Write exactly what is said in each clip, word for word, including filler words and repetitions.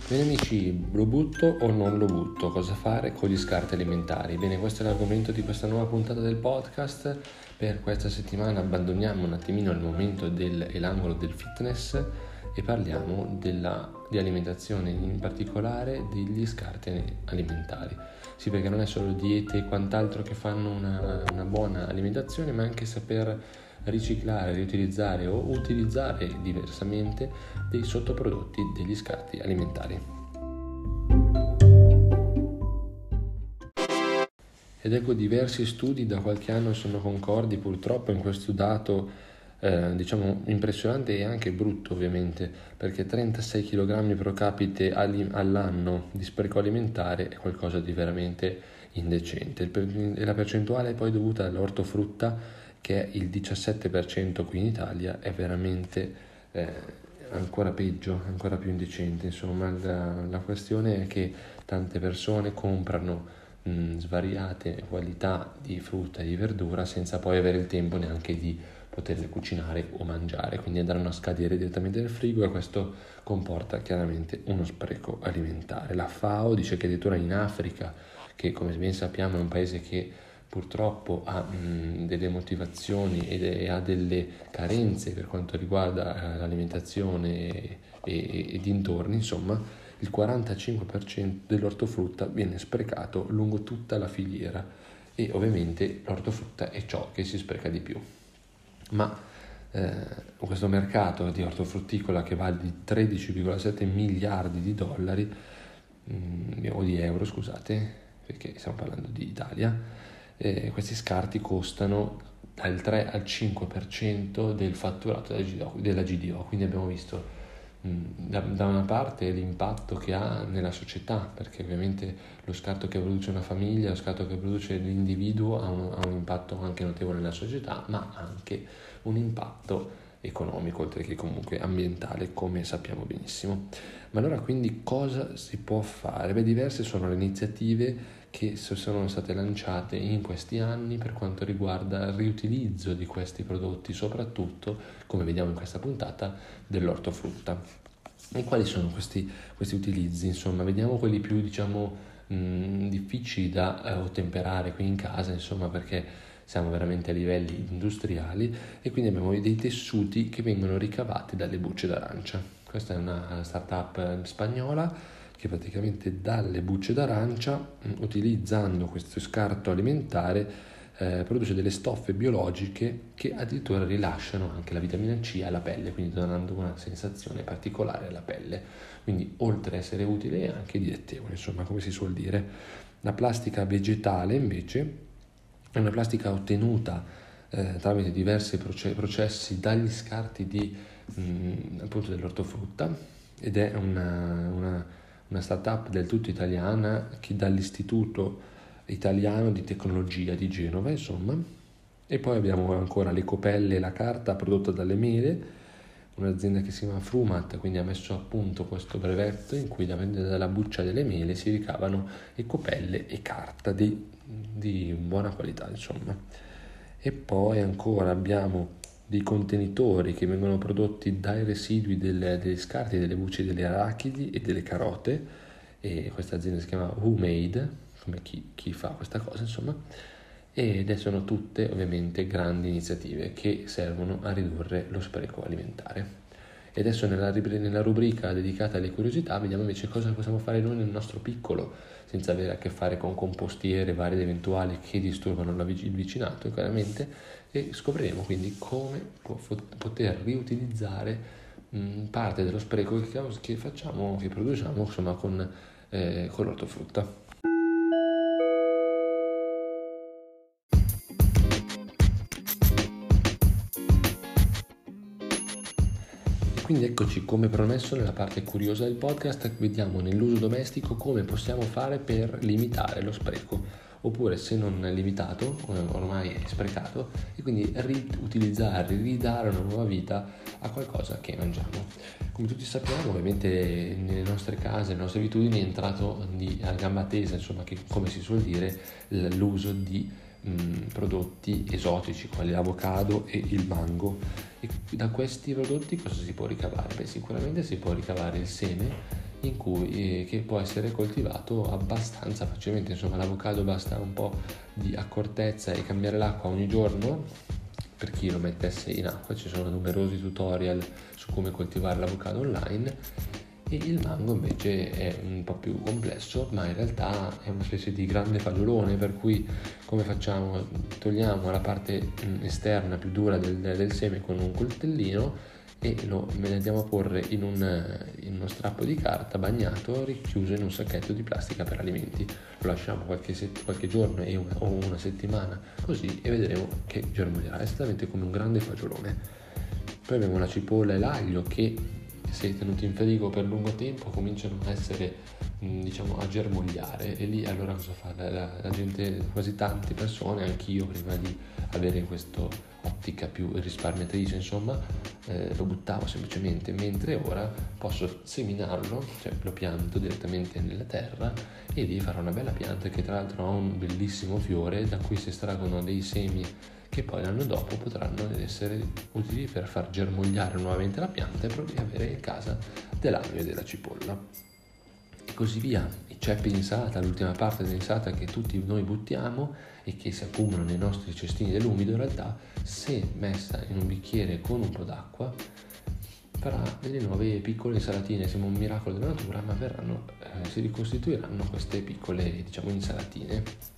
Bene amici, lo butto o non lo butto? Cosa fare con gli scarti alimentari? Bene, questo è l'argomento di questa nuova puntata del podcast. Per questa settimana abbandoniamo un attimino il momento del, e l'angolo del fitness e parliamo della, di alimentazione, in particolare degli scarti alimentari. Sì, perché non è solo diete e quant'altro che fanno una, una buona alimentazione, ma anche saper riciclare, riutilizzare o utilizzare diversamente dei sottoprodotti degli scarti alimentari. Ed ecco, diversi studi da qualche anno sono concordi purtroppo in questo dato eh, diciamo impressionante e anche brutto, ovviamente, perché trentasei chilogrammi pro capite all'anno di spreco alimentare è qualcosa di veramente indecente, e la percentuale è poi dovuta all'ortofrutta, che è il diciassette per cento qui in Italia, è veramente eh, ancora peggio, ancora più indecente. Insomma, la, la questione è che tante persone comprano mh, svariate qualità di frutta e di verdura senza poi avere il tempo neanche di poterle cucinare o mangiare, quindi andranno a scadere direttamente nel frigo, e questo comporta chiaramente uno spreco alimentare. La FAO dice che addirittura in Africa, che come ben sappiamo è un paese che purtroppo ha mh, delle motivazioni ed è, ha delle carenze per quanto riguarda eh, l'alimentazione e, e, e dintorni, insomma, il quarantacinque per cento dell'ortofrutta viene sprecato lungo tutta la filiera, e ovviamente l'ortofrutta è ciò che si spreca di più. Ma eh, questo mercato di ortofrutticola, che vale di tredici virgola sette miliardi di dollari mh, o di euro, scusate, perché stiamo parlando di Italia, Eh, questi scarti costano dal tre al cinque per cento del fatturato della G D O, della G D O. Quindi abbiamo visto mh, da, da una parte l'impatto che ha nella società, perché ovviamente lo scarto che produce una famiglia, lo scarto che produce l'individuo ha un, ha un impatto anche notevole nella società, ma anche un impatto economico, oltre che comunque ambientale, come sappiamo benissimo. Ma allora, quindi, cosa si può fare? Beh, diverse sono le iniziative che sono state lanciate in questi anni per quanto riguarda il riutilizzo di questi prodotti, soprattutto, come vediamo in questa puntata, dell'ortofrutta. E quali sono questi, questi utilizzi? Insomma, vediamo quelli più, diciamo, mh, difficili da eh, ottemperare qui in casa, insomma, perché siamo veramente a livelli industriali, e quindi abbiamo dei tessuti che vengono ricavati dalle bucce d'arancia. Questa è una startup spagnola che praticamente dalle bucce d'arancia, utilizzando questo scarto alimentare, eh, produce delle stoffe biologiche che addirittura rilasciano anche la vitamina C alla pelle, quindi donando una sensazione particolare alla pelle. Quindi, oltre ad essere utile, è anche dilettevole, insomma, come si suol dire. La plastica vegetale, invece, è una plastica ottenuta eh, tramite diversi proce- processi dagli scarti di, mh, appunto dell'ortofrutta, ed è una, una una startup del tutto italiana, che dall'Istituto Italiano di Tecnologia di Genova, insomma. E poi abbiamo ancora le copelle e la carta prodotta dalle mele, un'azienda che si chiama Frumat, quindi ha messo a punto questo brevetto in cui dalla buccia delle mele si ricavano e copelle e carta di, di buona qualità, insomma. E poi ancora abbiamo dei contenitori che vengono prodotti dai residui delle, degli scarti delle bucce delle arachidi e delle carote, e questa azienda si chiama Who Made, come chi, chi fa questa cosa, insomma, ed sono tutte ovviamente grandi iniziative che servono a ridurre lo spreco alimentare. E adesso nella, nella rubrica dedicata alle curiosità vediamo invece cosa possiamo fare noi nel nostro piccolo, senza avere a che fare con compostiere varie ed eventuali che disturbano la, il vicinato, chiaramente, e scopriremo quindi come poter riutilizzare mh, parte dello spreco che, che facciamo, che produciamo, insomma, con, eh, con l'ortofrutta. Quindi eccoci, come promesso, nella parte curiosa del podcast vediamo nell'uso domestico come possiamo fare per limitare lo spreco, oppure, se non limitato, ormai è sprecato, e quindi riutilizzare, ridare una nuova vita a qualcosa che mangiamo. Come tutti sappiamo, ovviamente nelle nostre case, nelle nostre abitudini è entrato di, a gamba tesa, insomma, che, come si suol dire, l'uso di mh, prodotti esotici quali l'avocado e il mango. E da questi prodotti cosa si può ricavare? Beh, sicuramente si può ricavare il seme in cui, eh, che può essere coltivato abbastanza facilmente. Insomma, l'avocado basta un po' di accortezza e cambiare l'acqua ogni giorno per chi lo mettesse in acqua. Ci sono numerosi tutorial su come coltivare l'avocado online. E il mango invece è un po' più complesso, ma in realtà è una specie di grande fagiolone, per cui come facciamo? Togliamo la parte esterna più dura del, del seme con un coltellino e lo andiamo a porre in, un, in uno strappo di carta bagnato, richiuso in un sacchetto di plastica per alimenti. Lo lasciamo qualche, set- qualche giorno e una, o una settimana così e vedremo che germoglierà, è esattamente come un grande fagiolone. Poi abbiamo la cipolla e l'aglio che, se tenuti in frigo per lungo tempo, cominciano a essere, diciamo, a germogliare, e lì allora cosa fa? La, la, la gente, quasi tante persone, anch'io prima di avere questa ottica più risparmiatrice, insomma, eh, lo buttavo semplicemente, mentre ora posso seminarlo, cioè lo pianto direttamente nella terra e lì farò una bella pianta che tra l'altro ha un bellissimo fiore da cui si estraggono dei semi che poi l'anno dopo potranno essere utili per far germogliare nuovamente la pianta e proprio avere in casa dell'aglio e della cipolla. E così via. I ceppi di insalata, l'ultima parte dell'insalata che tutti noi buttiamo e che si accumulano nei nostri cestini dell'umido, in realtà, se messa in un bicchiere con un po' d'acqua, farà delle nuove piccole insalatine. Sembra un miracolo della natura, ma verranno, eh, si ricostituiranno queste piccole, diciamo, insalatine.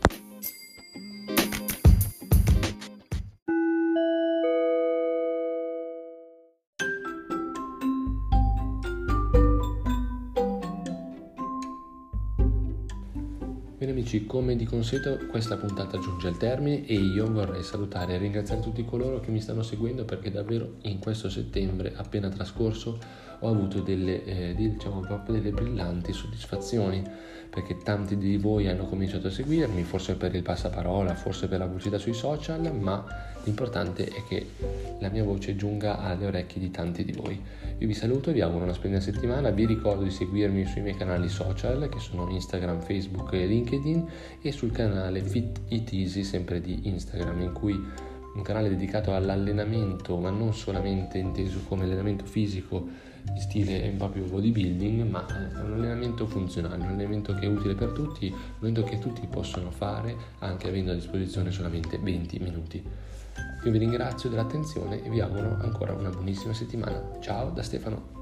Bene amici, come di consueto questa puntata giunge al termine e io vorrei salutare e ringraziare tutti coloro che mi stanno seguendo, perché davvero in questo settembre appena trascorso ho avuto delle, eh, diciamo, proprio delle brillanti soddisfazioni, perché tanti di voi hanno cominciato a seguirmi, forse per il passaparola, forse per la pubblicità sui social, ma l'importante è che la mia voce giunga alle orecchie di tanti di voi. Io vi saluto e vi auguro una splendida settimana. Vi ricordo di seguirmi sui miei canali social, che sono Instagram, Facebook e LinkedIn, e sul canale Fit It Easy, sempre di Instagram, in cui un canale dedicato all'allenamento, ma non solamente inteso come allenamento fisico in stile proprio bodybuilding, ma è un allenamento funzionale, un allenamento che è utile per tutti, un allenamento che tutti possono fare anche avendo a disposizione solamente venti minuti. Io vi ringrazio dell'attenzione e vi auguro ancora una buonissima settimana. Ciao da Stefano.